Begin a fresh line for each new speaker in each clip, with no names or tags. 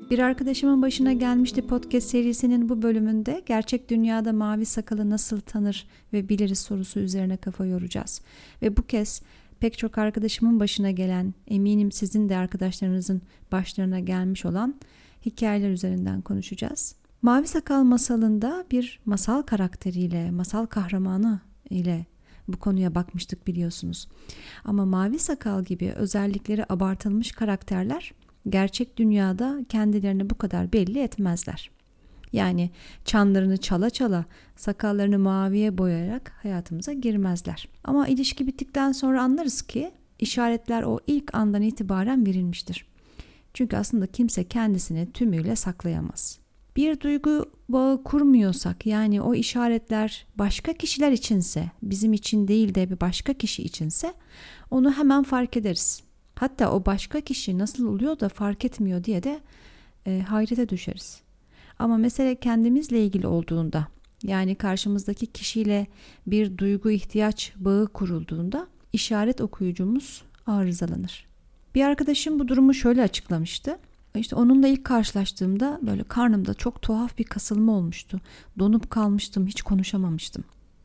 Bir arkadaşımın başına gelmişti podcast serisinin bu bölümünde gerçek dünyada mavi sakalı nasıl tanır ve biliriz sorusu üzerine kafa yoracağız. Ve bu kez pek çok arkadaşımın başına gelen, eminim sizin de arkadaşlarınızın başlarına gelmiş olan hikayeler üzerinden konuşacağız. Mavi Sakal masalında bir masal karakteriyle, masal kahramanı ile bu konuya bakmıştık biliyorsunuz. Ama Mavi Sakal gibi özellikleri abartılmış karakterler gerçek dünyada kendilerini bu kadar belli etmezler. Yani çanlarını çala çala, sakallarını maviye boyayarak hayatımıza girmezler. Ama ilişki bittikten sonra anlarız ki işaretler o ilk andan itibaren verilmiştir. Çünkü aslında kimse kendisini tümüyle saklayamaz. Bir duygu bağı kurmuyorsak, yani o işaretler başka kişiler içinse, bizim için değil de bir başka kişi içinse onu hemen fark ederiz. Hatta o başka kişi nasıl oluyor da fark etmiyor diye de hayrete düşeriz. Ama mesele kendimizle ilgili olduğunda, yani karşımızdaki kişiyle bir duygu ihtiyaç bağı kurulduğunda işaret okuyucumuz arızalanır. Bir arkadaşım bu durumu şöyle açıklamıştı. İşte onunla ilk karşılaştığımda böyle karnımda çok tuhaf bir kasılma olmuştu. Donup kalmıştım, hiç konuşamamıştım.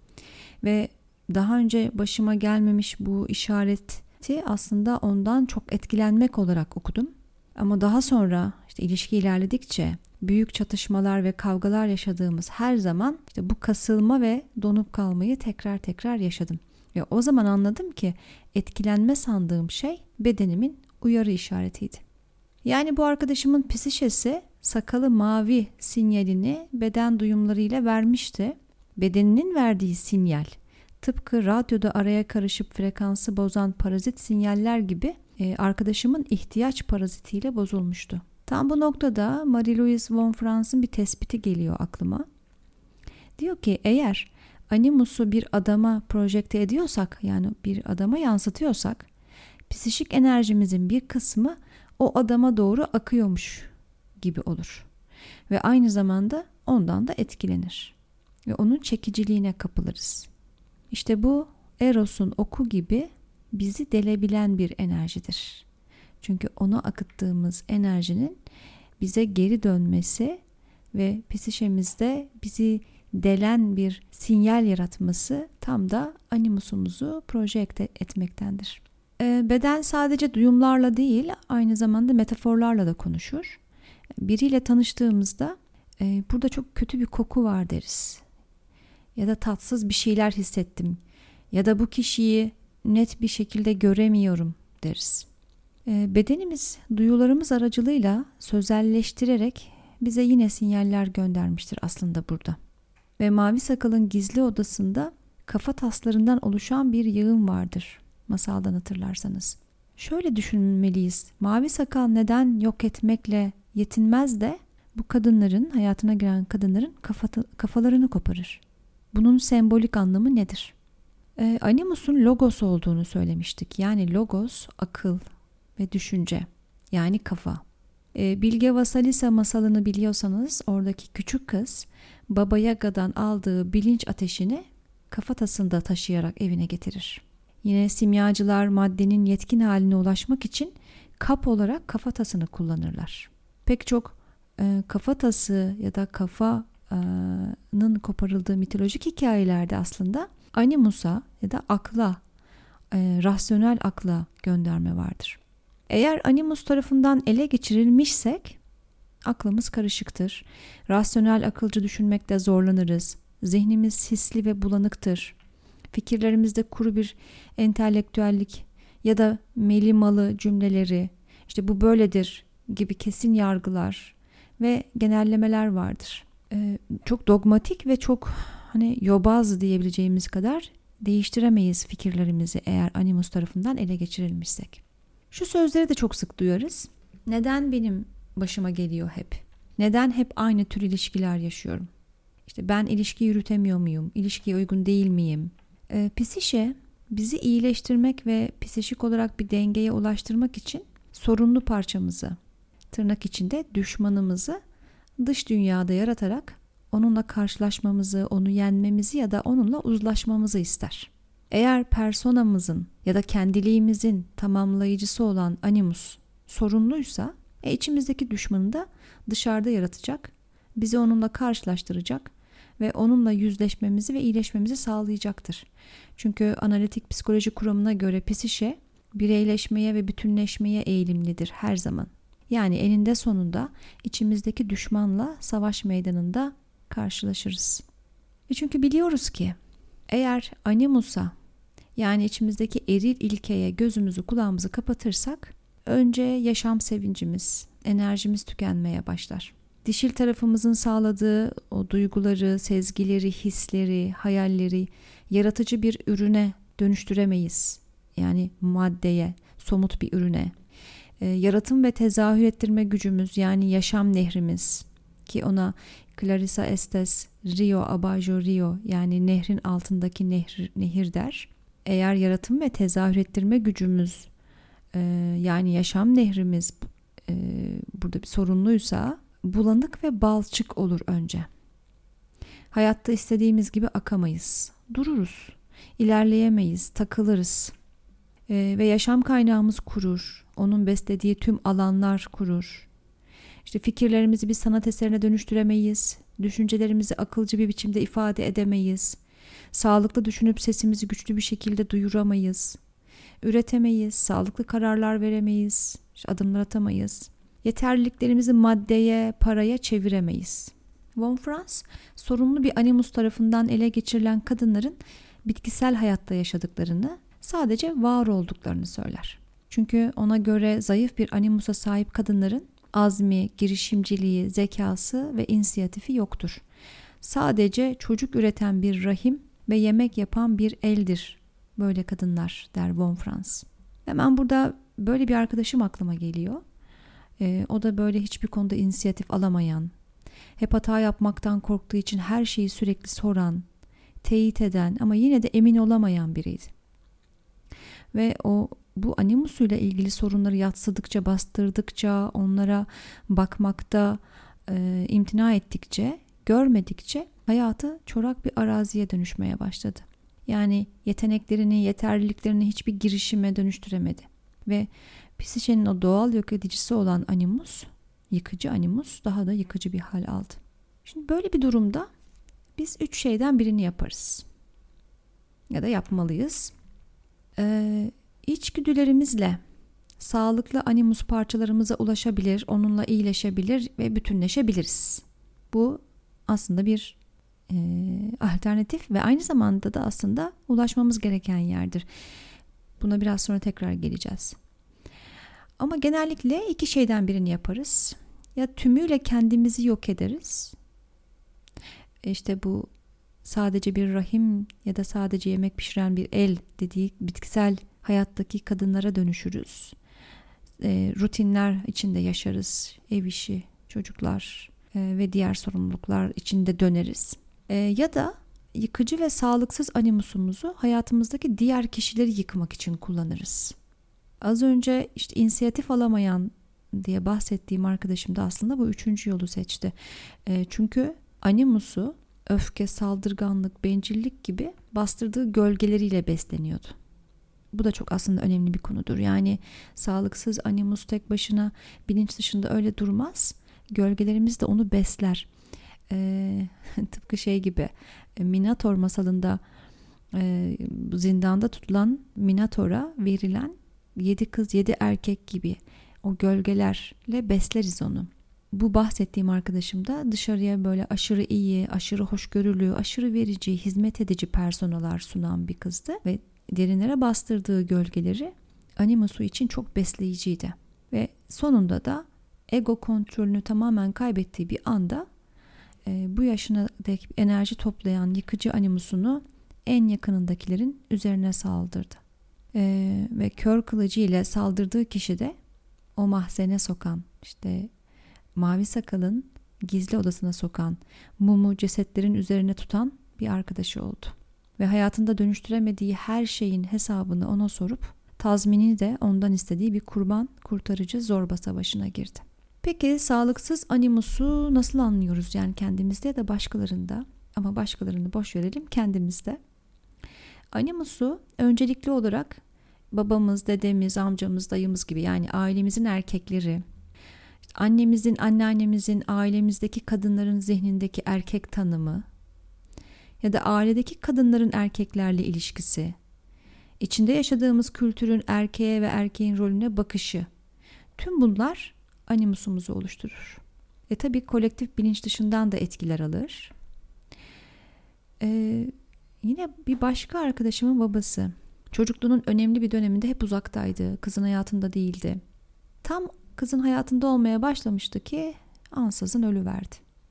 Ve daha önce başıma gelmemiş bu işareti aslında ondan çok etkilenmek olarak okudum. Ama daha sonra işte ilişki ilerledikçe büyük çatışmalar ve kavgalar yaşadığımız her zaman işte bu kasılma ve donup kalmayı tekrar yaşadım. Ve o zaman anladım ki etkilenme sandığım şey bedenimin uyarı işaretiydi. Yani bu arkadaşımın psişesi sakalı mavi sinyalini beden duyumlarıyla vermişti. Bedeninin verdiği sinyal tıpkı radyoda araya karışıp frekansı bozan parazit sinyaller gibi arkadaşımın ihtiyaç parazitiyle bozulmuştu. Tam bu noktada Marie-Louise von Franz'ın bir tespiti geliyor aklıma. Diyor ki eğer animusu bir adama projekte ediyorsak, yani bir adama yansıtıyorsak, psişik enerjimizin bir kısmı o adama doğru akıyormuş gibi olur. Ve aynı zamanda ondan da etkilenir. Ve onun çekiciliğine kapılırız. İşte bu Eros'un oku gibi bizi delebilen bir enerjidir. Çünkü ona akıttığımız enerjinin bize geri dönmesi ve psişemizde bizi delen bir sinyal yaratması tam da animusumuzu projekte etmektendir. Beden sadece duyumlarla değil, aynı zamanda metaforlarla da konuşur. Biriyle tanıştığımızda burada çok kötü bir koku var deriz. Ya da tatsız bir şeyler hissettim. Ya da bu kişiyi net bir şekilde göremiyorum deriz. Bedenimiz duyularımız aracılığıyla sözelleştirerek bize yine sinyaller göndermiştir aslında burada. Ve Mavi Sakal'ın gizli odasında kafa taslarından oluşan bir yığın vardır. Masaldan hatırlarsanız. Şöyle düşünmeliyiz. Mavi Sakal neden yok etmekle yetinmez de bu kadınların, hayatına giren kadınların kafalarını koparır? Bunun sembolik anlamı nedir? Animus'un logos olduğunu söylemiştik. Yani logos, akıl ve düşünce. Yani kafa. Bilge Vasalisa masalını biliyorsanız oradaki küçük kız Baba Yaga'dan aldığı bilinç ateşini kafatasında taşıyarak evine getirir. Yine simyacılar maddenin yetkin haline ulaşmak için kap olarak kafatasını kullanırlar. Pek çok kafatası ya da kafanın koparıldığı mitolojik hikayelerde aslında animusa ya da akla, rasyonel akla gönderme vardır. Eğer animus tarafından ele geçirilmişsek aklımız karışıktır. Rasyonel akılcı düşünmekte zorlanırız. Zihnimiz hisli ve bulanıktır. Fikirlerimizde kuru bir entelektüellik ya da melimalı cümleleri, işte bu böyledir gibi kesin yargılar ve genellemeler vardır. Çok dogmatik ve çok yobaz diyebileceğimiz kadar değiştiremeyiz fikirlerimizi eğer animus tarafından ele geçirilmişsek. Şu sözleri de çok sık duyarız. Neden benim başıma geliyor hep? Neden hep aynı tür ilişkiler yaşıyorum? İşte ben ilişki yürütemiyor muyum? İlişkiye uygun değil miyim? Psişe bizi iyileştirmek ve psişik olarak bir dengeye ulaştırmak için sorunlu parçamızı, tırnak içinde düşmanımızı dış dünyada yaratarak onunla karşılaşmamızı, onu yenmemizi ya da onunla uzlaşmamızı ister. Eğer personamızın ya da kendiliğimizin tamamlayıcısı olan animus sorunluysa İçimizdeki düşmanı da dışarıda yaratacak, bizi onunla karşılaştıracak ve onunla yüzleşmemizi ve iyileşmemizi sağlayacaktır. Çünkü analitik psikoloji kuramına göre psişe bireyleşmeye ve bütünleşmeye eğilimlidir her zaman. Yani eninde sonunda içimizdeki düşmanla savaş meydanında karşılaşırız. Çünkü biliyoruz ki eğer animusa, yani içimizdeki eril ilkeye gözümüzü kulağımızı kapatırsak önce yaşam sevincimiz, enerjimiz tükenmeye başlar. Dişil tarafımızın sağladığı o duyguları, sezgileri, hisleri, hayalleri yaratıcı bir ürüne dönüştüremeyiz. Yani maddeye, somut bir ürüne. Yaratım ve tezahür ettirme gücümüz, yani yaşam nehrimiz, ki ona Clarissa Estes Rio Abajo Rio, yani nehrin altındaki nehir der. Eğer yaratım ve tezahür ettirme gücümüz, yani yaşam nehrimiz burada bir sorunluysa bulanık ve balçık olur önce. Hayatta istediğimiz gibi akamayız. Dururuz. İlerleyemeyiz. Takılırız. Ve yaşam kaynağımız kurur. Onun beslediği tüm alanlar kurur. İşte fikirlerimizi bir sanat eserine dönüştüremeyiz. Düşüncelerimizi akılcı bir biçimde ifade edemeyiz. Sağlıklı düşünüp sesimizi güçlü bir şekilde duyuramayız. Üretemeyiz. Sağlıklı kararlar veremeyiz. Adımlar atamayız. Yeterliliklerimizi maddeye, paraya çeviremeyiz. Von Franz, sorunlu bir animus tarafından ele geçirilen kadınların bitkisel hayatta yaşadıklarını, sadece var olduklarını söyler. Çünkü ona göre zayıf bir animusa sahip kadınların azmi, girişimciliği, zekası ve inisiyatifi yoktur. Sadece çocuk üreten bir rahim ve yemek yapan bir eldir böyle kadınlar, der Von Franz. Hemen burada böyle bir arkadaşım aklıma geliyor. O da böyle hiçbir konuda inisiyatif alamayan, hep hata yapmaktan korktuğu için her şeyi sürekli soran, teyit eden ama yine de emin olamayan biriydi. Ve o bu animusuyla ilgili sorunları yatsıdıkça, bastırdıkça, onlara bakmakta imtina ettikçe, görmedikçe hayatı çorak bir araziye dönüşmeye başladı. Yani yeteneklerini, yeterliliklerini hiçbir girişime dönüştüremedi. Ve psişenin o doğal yok edicisi olan animus, yıkıcı animus daha da yıkıcı bir hal aldı. Şimdi böyle bir durumda biz 3 şeyden birini yaparız. Ya da yapmalıyız. İçgüdülerimizle sağlıklı animus parçalarımıza ulaşabilir, onunla iyileşebilir ve bütünleşebiliriz. Bu aslında bir alternatif ve aynı zamanda da aslında ulaşmamız gereken yerdir. Buna biraz sonra tekrar geleceğiz. Ama genellikle 2 şeyden birini yaparız. Ya tümüyle kendimizi yok ederiz. İşte bu sadece bir rahim ya da sadece yemek pişiren bir el dediği bitkisel hayattaki kadınlara dönüşürüz. Rutinler içinde yaşarız. Ev işi, çocuklar ve diğer sorumluluklar içinde döneriz. Ya da yıkıcı ve sağlıksız animusumuzu hayatımızdaki diğer kişileri yıkmak için kullanırız. Az önce işte inisiyatif alamayan diye bahsettiğim arkadaşım da aslında bu 3. yolu seçti. Çünkü animusu öfke, saldırganlık, bencillik gibi bastırdığı gölgeleriyle besleniyordu. Bu da çok aslında önemli bir konudur. Yani sağlıksız animus tek başına bilinç dışında öyle durmaz. Gölgelerimiz de onu besler. Tıpkı şey gibi, Minotaur masalında zindanda tutulan Minotaur'a verilen 7 kız 7 erkek gibi o gölgelerle besleriz onu. Bu bahsettiğim arkadaşım da dışarıya böyle aşırı iyi, aşırı hoşgörülü, aşırı verici, hizmet edici personalar sunan bir kızdı ve derinlere bastırdığı gölgeleri animusu için çok besleyiciydi. Ve sonunda da ego kontrolünü tamamen kaybettiği bir anda bu yaşına dek enerji toplayan yıkıcı animusunu en yakınındakilerin üzerine saldırdı. Ve kör kılıcı ile saldırdığı kişi de o mahzene sokan, işte mavi sakalın gizli odasına sokan, mumu cesetlerin üzerine tutan bir arkadaşı oldu. Ve hayatında dönüştüremediği her şeyin hesabını ona sorup tazminini de ondan istediği bir kurban kurtarıcı zorba savaşına girdi. Peki sağlıksız animusu nasıl anlıyoruz? Yani kendimizde ya da başkalarında, ama başkalarını boş verelim, kendimizde. Animusu öncelikli olarak babamız, dedemiz, amcamız, dayımız gibi, yani ailemizin erkekleri annemizin, anneannemizin, ailemizdeki kadınların zihnindeki erkek tanımı ya da ailedeki kadınların erkeklerle ilişkisi, içinde yaşadığımız kültürün erkeğe ve erkeğin rolüne bakışı, tüm bunlar animusumuzu oluşturur. Tabii kolektif bilinç dışından da etkiler alır. Yine bir başka arkadaşımın babası çocukluğunun önemli bir döneminde hep uzaktaydı. Kızın hayatında değildi. Tam kızın hayatında olmaya başlamıştı ki ansızın ölüverdi.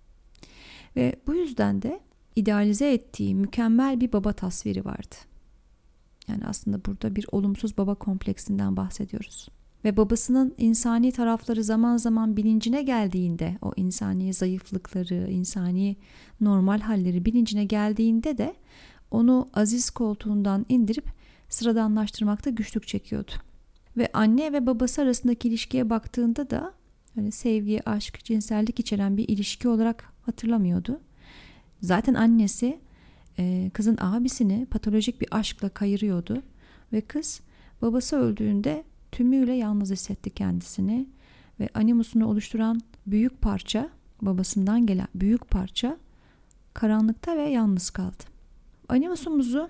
Ve bu yüzden de idealize ettiği mükemmel bir baba tasviri vardı. Yani aslında burada bir olumsuz baba kompleksinden bahsediyoruz. Ve babasının insani tarafları zaman zaman bilincine geldiğinde, o insani zayıflıkları, insani normal halleri bilincine geldiğinde de onu aziz koltuğundan indirip sıradanlaştırmakta güçlük çekiyordu. Ve anne ve babası arasındaki ilişkiye baktığında da hani sevgi, aşk, cinsellik içeren bir ilişki olarak hatırlamıyordu. Zaten annesi kızın abisini patolojik bir aşkla kayırıyordu ve kız babası öldüğünde tümüyle yalnız hissetti kendisini ve animusunu oluşturan büyük parça, babasından gelen büyük parça karanlıkta ve yalnız kaldı. Animusumuzu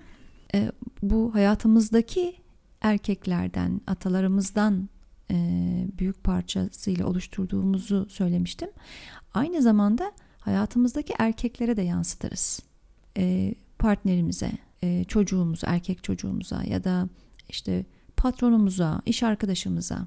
bu hayatımızdaki erkeklerden, atalarımızdan büyük parçasıyla oluşturduğumuzu söylemiştim. Aynı zamanda hayatımızdaki erkeklere de yansıtırız. Partnerimize, çocuğumuza, erkek çocuğumuza ya da işte patronumuza, iş arkadaşımıza.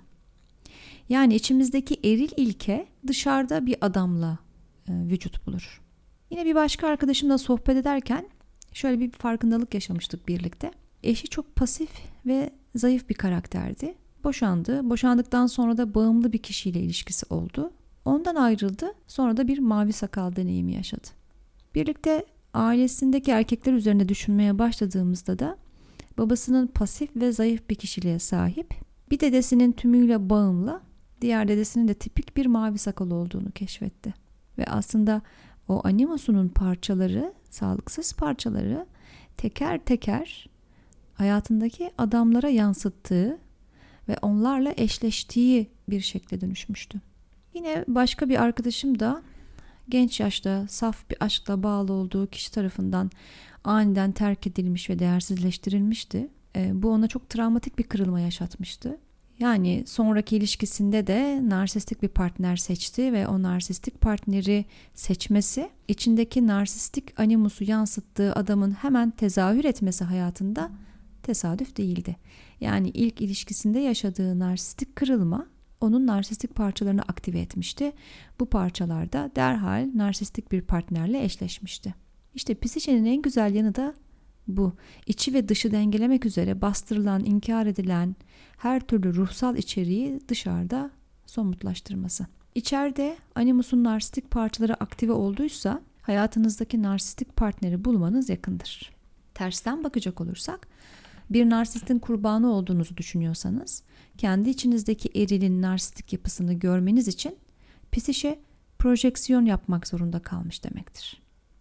Yani içimizdeki eril ilke dışarıda bir adamla vücut bulur. Yine bir başka arkadaşımla sohbet ederken şöyle bir farkındalık yaşamıştık birlikte. Eşi çok pasif ve zayıf bir karakterdi. Boşandı. Boşandıktan sonra da bağımlı bir kişiyle ilişkisi oldu. Ondan ayrıldı. Sonra da bir mavi sakal deneyimi yaşadı. Birlikte ailesindeki erkekler üzerine düşünmeye başladığımızda da babasının pasif ve zayıf bir kişiliğe sahip, bir dedesinin tümüyle bağımlı, diğer dedesinin de tipik bir mavi sakal olduğunu keşfetti. Ve aslında o animusunun parçaları, sağlıksız parçaları teker teker hayatındaki adamlara yansıttığı ve onlarla eşleştiği bir şekle dönüşmüştü. Yine başka bir arkadaşım da genç yaşta saf bir aşkla bağlı olduğu kişi tarafından aniden terk edilmiş ve değersizleştirilmişti. Bu ona çok travmatik bir kırılma yaşatmıştı. Yani sonraki ilişkisinde de narsistik bir partner seçti ve o narsistik partneri seçmesi, içindeki narsistik animusu yansıttığı adamın hemen tezahür etmesi hayatında tesadüf değildi. Yani ilk ilişkisinde yaşadığı narsistik kırılma onun narsistik parçalarını aktive etmişti. Bu parçalar da derhal narsistik bir partnerle eşleşmişti. İşte psişenin en güzel yanı da bu. İçi ve dışı dengelemek üzere bastırılan, inkar edilen her türlü ruhsal içeriği dışarıda somutlaştırması. İçeride animusun narsistik parçaları aktive olduysa hayatınızdaki narsistik partneri bulmanız yakındır. Tersten bakacak olursak, bir narsistin kurbanı olduğunuzu düşünüyorsanız, kendi içinizdeki erilin narsistik yapısını görmeniz için psişe projeksiyon yapmak zorunda kalmış demektir.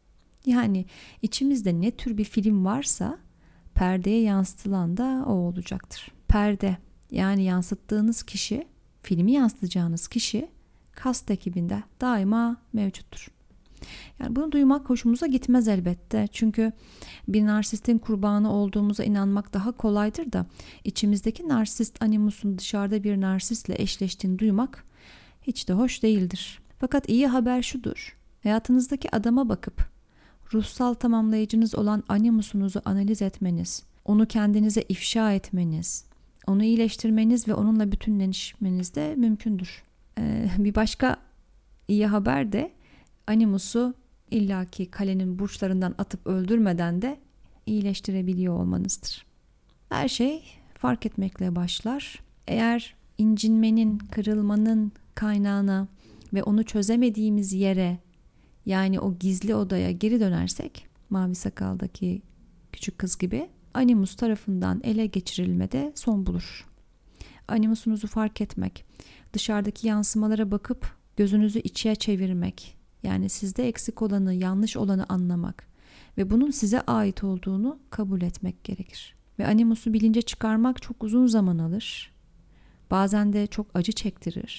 Yani içimizde ne tür bir film varsa perdeye yansıtılan da o olacaktır. Perde, yani yansıttığınız kişi, filmi yansıtacağınız kişi kast ekibinde daima mevcuttur. Yani bunu duymak hoşumuza gitmez elbette. Çünkü bir narsistin kurbanı olduğumuza inanmak daha kolaydır da içimizdeki narsist animusun dışarıda bir narsistle eşleştiğini duymak hiç de hoş değildir. Fakat iyi haber şudur. Hayatınızdaki adama bakıp ruhsal tamamlayıcınız olan animusunuzu analiz etmeniz, onu kendinize ifşa etmeniz, onu iyileştirmeniz ve onunla bütünleşmeniz de mümkündür. Bir başka iyi haber de animusu illaki kalenin burçlarından atıp öldürmeden de iyileştirebiliyor olmanızdır. Her şey fark etmekle başlar. Eğer incinmenin, kırılmanın kaynağına ve onu çözemediğimiz yere, yani o gizli odaya geri dönersek, mavi sakaldaki küçük kız gibi, animus tarafından ele geçirilmede son bulur. Animusunuzu fark etmek, dışarıdaki yansımalara bakıp gözünüzü içe çevirmek, yani sizde eksik olanı, yanlış olanı anlamak ve bunun size ait olduğunu kabul etmek gerekir. Ve animusu bilince çıkarmak çok uzun zaman alır. Bazen de çok acı çektirir.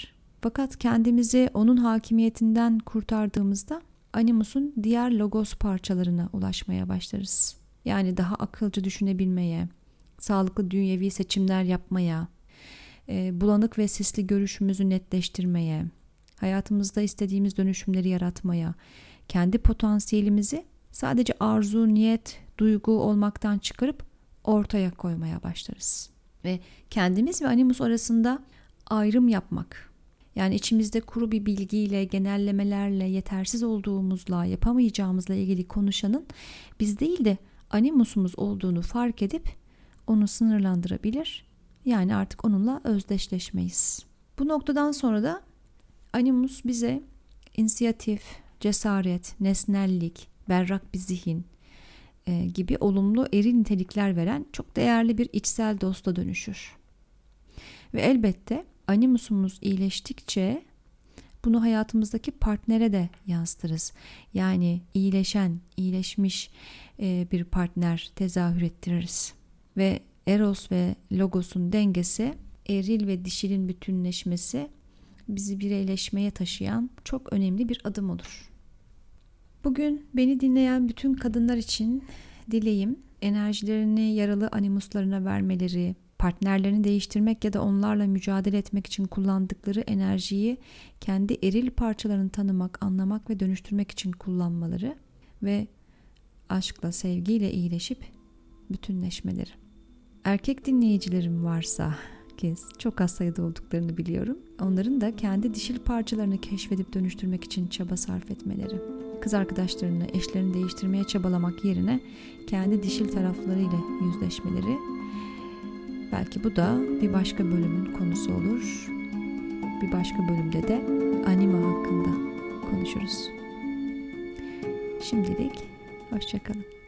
Fakat kendimizi onun hakimiyetinden kurtardığımızda animusun diğer logos parçalarına ulaşmaya başlarız. Yani daha akılcı düşünebilmeye, sağlıklı dünyevi seçimler yapmaya, bulanık ve sisli görüşümüzü netleştirmeye, hayatımızda istediğimiz dönüşümleri yaratmaya, kendi potansiyelimizi sadece arzu, niyet, duygu olmaktan çıkarıp ortaya koymaya başlarız. Ve kendimiz ve animus arasında ayrım yapmak, yani içimizde kuru bir bilgiyle, genellemelerle, yetersiz olduğumuzla, yapamayacağımızla ilgili konuşanın biz değil de animusumuz olduğunu fark edip onu sınırlandırabilir. Yani artık onunla özdeşleşmeyiz. Bu noktadan sonra da animus bize inisiyatif, cesaret, nesnellik, berrak bir zihin gibi olumlu eril nitelikler veren çok değerli bir içsel dosta dönüşür. Ve elbette animusumuz iyileştikçe bunu hayatımızdaki partnere de yansıtırız. Yani iyileşmiş bir partner tezahür ettiririz. Ve Eros ve Logos'un dengesi, eril ve dişilin bütünleşmesi bizi bireyleşmeye taşıyan çok önemli bir adım olur. Bugün beni dinleyen bütün kadınlar için dileğim enerjilerini yaralı animuslarına vermeleri, partnerlerini değiştirmek ya da onlarla mücadele etmek için kullandıkları enerjiyi kendi eril parçalarını tanımak, anlamak ve dönüştürmek için kullanmaları ve aşkla, sevgiyle iyileşip bütünleşmeleri. Erkek dinleyicilerim varsa, ki çok az sayıda olduklarını biliyorum, onların da kendi dişil parçalarını keşfedip dönüştürmek için çaba sarf etmeleri. Kız arkadaşlarını, eşlerini değiştirmeye çabalamak yerine kendi dişil taraflarıyla yüzleşmeleri. Belki bu da bir başka bölümün konusu olur. Bir başka bölümde de anima hakkında konuşuruz. Şimdilik hoşça kalın.